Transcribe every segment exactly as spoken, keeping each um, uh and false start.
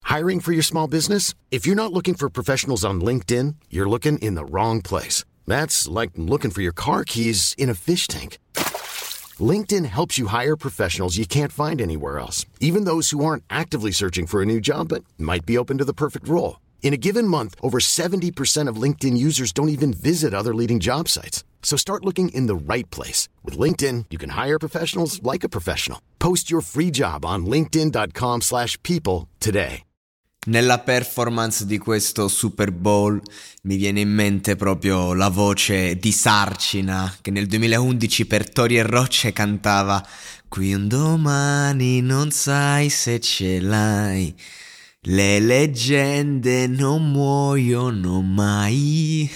Hiring for your small business? If you're not looking for professionals on LinkedIn, you're looking in the wrong place. That's like looking for your car keys in a fish tank. LinkedIn helps you hire professionals you can't find anywhere else, even those who aren't actively searching for a new job but might be open to the perfect role. In a given month, over seventy percent of LinkedIn users don't even visit other leading job sites. So start looking in the right place. With LinkedIn, you can hire professionals like a professional. Post your free job on linkedin dot com slash people today. Nella performance di questo Super Bowl mi viene in mente proprio la voce di Sarcina che nel duemilaundici per Tori e Rocce cantava "Qui un domani non sai se ce l'hai, le leggende non muoiono mai".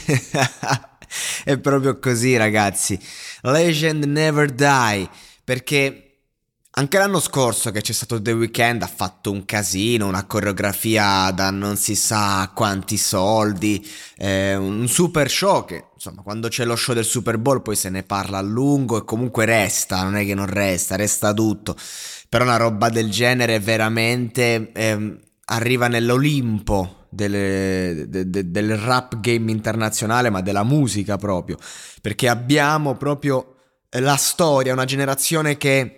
È proprio così, ragazzi, legend never die, perché anche l'anno scorso che c'è stato The Weeknd ha fatto un casino, una coreografia da non si sa quanti soldi, eh, un super show che, insomma, quando c'è lo show del Super Bowl poi se ne parla a lungo e comunque resta, non è che non resta, resta tutto. Però una roba del genere veramente eh, arriva nell'Olimpo Del, de, de, del rap game internazionale, ma della musica proprio, perché abbiamo proprio la storia, una generazione che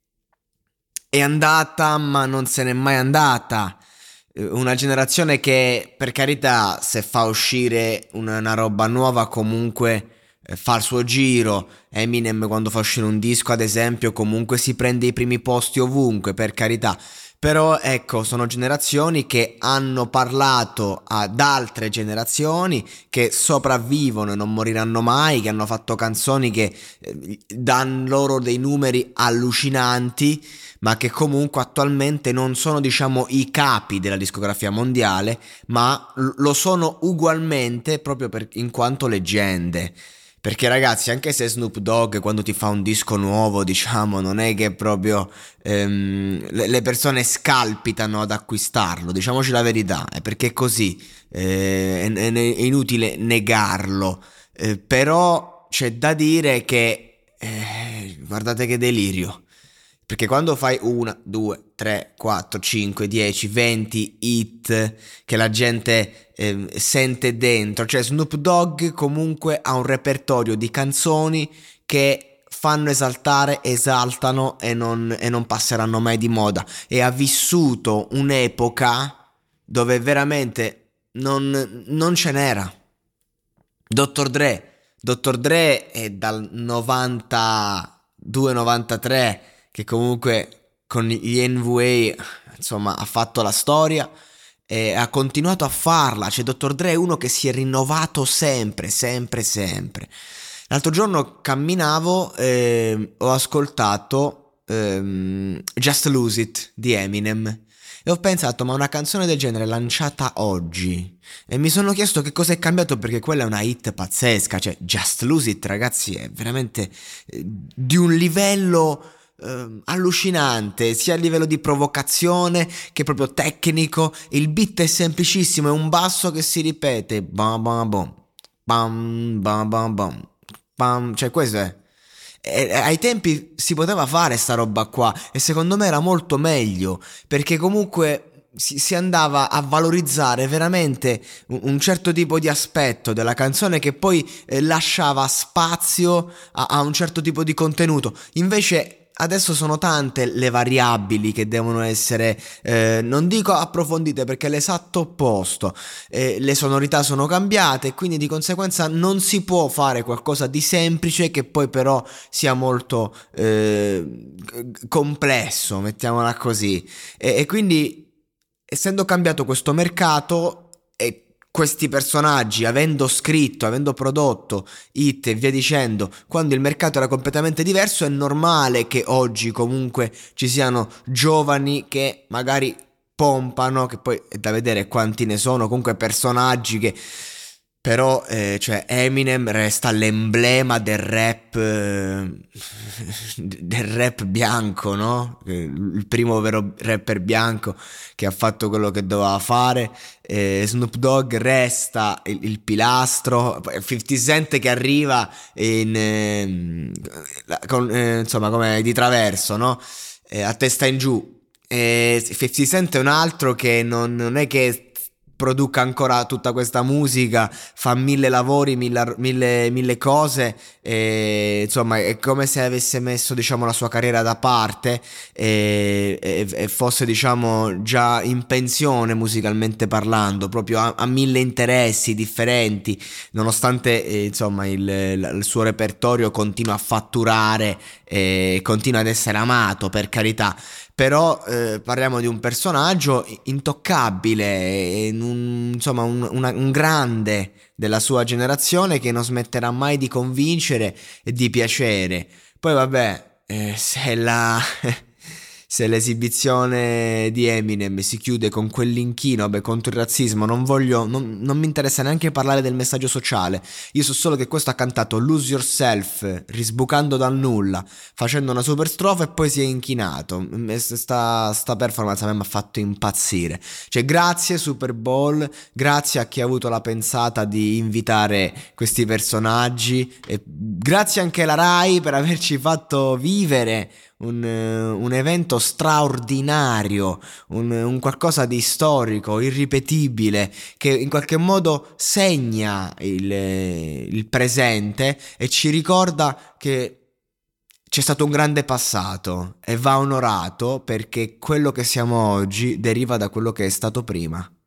è andata ma non se n'è mai andata, una generazione che, per carità, se fa uscire una, una roba nuova comunque eh, fa il suo giro. Eminem quando fa uscire un disco, ad esempio, comunque si prende i primi posti ovunque, per carità. Però ecco, sono generazioni che hanno parlato ad altre generazioni, che sopravvivono e non moriranno mai, che hanno fatto canzoni che eh, danno loro dei numeri allucinanti, ma che comunque attualmente non sono, diciamo, i capi della discografia mondiale, ma lo sono ugualmente proprio per, in quanto leggende. Perché, ragazzi, anche se Snoop Dogg quando ti fa un disco nuovo, diciamo, non è che proprio ehm, le, le persone scalpitano ad acquistarlo, diciamoci la verità, è perché è così, eh, è, è inutile negarlo, eh, però c'è da dire che eh, guardate che delirio. Perché quando fai una, due, tre, quattro, cinque, dieci, venti hit che la gente eh, sente dentro, cioè Snoop Dogg comunque ha un repertorio di canzoni che fanno esaltare, esaltano e non, e non passeranno mai di moda, e ha vissuto un'epoca dove veramente non, non ce n'era. dottor Dre, dottor Dre è dal novantadue novantatré che comunque con gli N W A, insomma, ha fatto la storia e ha continuato a farla. Cioè dottor Dre è uno che si è rinnovato sempre, sempre, sempre. L'altro giorno camminavo e ho ascoltato ehm, Just Lose It di Eminem e ho pensato, ma una canzone del genere lanciata oggi, e mi sono chiesto che cosa è cambiato, perché quella è una hit pazzesca. Cioè Just Lose It, ragazzi, è veramente eh, di un livello Uh, allucinante, sia a livello di provocazione che proprio tecnico. Il beat è semplicissimo, è un basso che si ripete, bam bam bam bam bam bam bam bam, cioè questo è. E, e, ai tempi si poteva fare sta roba qua e secondo me era molto meglio, perché comunque si, si andava a valorizzare veramente un, un certo tipo di aspetto della canzone che poi eh, lasciava spazio a, a un certo tipo di contenuto. Invece adesso sono tante le variabili che devono essere, eh, non dico approfondite, perché è l'esatto opposto. Eh, le sonorità sono cambiate e quindi di conseguenza non si può fare qualcosa di semplice che poi però sia molto eh, complesso, mettiamola così. E, e quindi, essendo cambiato questo mercato e questi personaggi, avendo scritto, avendo prodotto hit e via dicendo, quando il mercato era completamente diverso, è normale che oggi comunque ci siano giovani che magari pompano, che poi è da vedere quanti ne sono, comunque personaggi che però eh, cioè Eminem resta l'emblema del rap eh, del rap bianco, no? Il primo vero rapper bianco che ha fatto quello che doveva fare. eh, Snoop Dogg resta il, il pilastro, cinquanta Cent che arriva in eh, con, eh, insomma, come di traverso, no? Eh, a testa in giù. E cinquanta Cent è un altro che non, non è che produca ancora tutta questa musica, fa mille lavori, mille, mille, mille cose, e, insomma è come se avesse messo, diciamo, la sua carriera da parte e, e, e fosse, diciamo, già in pensione musicalmente parlando, proprio ha, ha mille interessi differenti, nonostante eh, insomma il, il suo repertorio continua a fatturare e continua ad essere amato, per carità. Però eh, parliamo di un personaggio intoccabile, un, insomma un, una- un grande della sua generazione che non smetterà mai di convincere e di piacere. Poi vabbè, eh, se la... Se l'esibizione di Eminem si chiude con quell'inchino, vabbè, contro il razzismo, non voglio, non, non mi interessa neanche parlare del messaggio sociale. Io so solo che questo ha cantato Lose Yourself, risbucando dal nulla, facendo una super strofa e poi si è inchinato. E Sta, sta performance a me mi ha fatto impazzire. Cioè, grazie Super Bowl, grazie a chi ha avuto la pensata di invitare questi personaggi, e grazie anche alla Rai per averci fatto vivere un, eh, un evento straordinario, un, un qualcosa di storico, irripetibile, che in qualche modo segna il, eh, il presente e ci ricorda che c'è stato un grande passato e va onorato, perché quello che siamo oggi deriva da quello che è stato prima.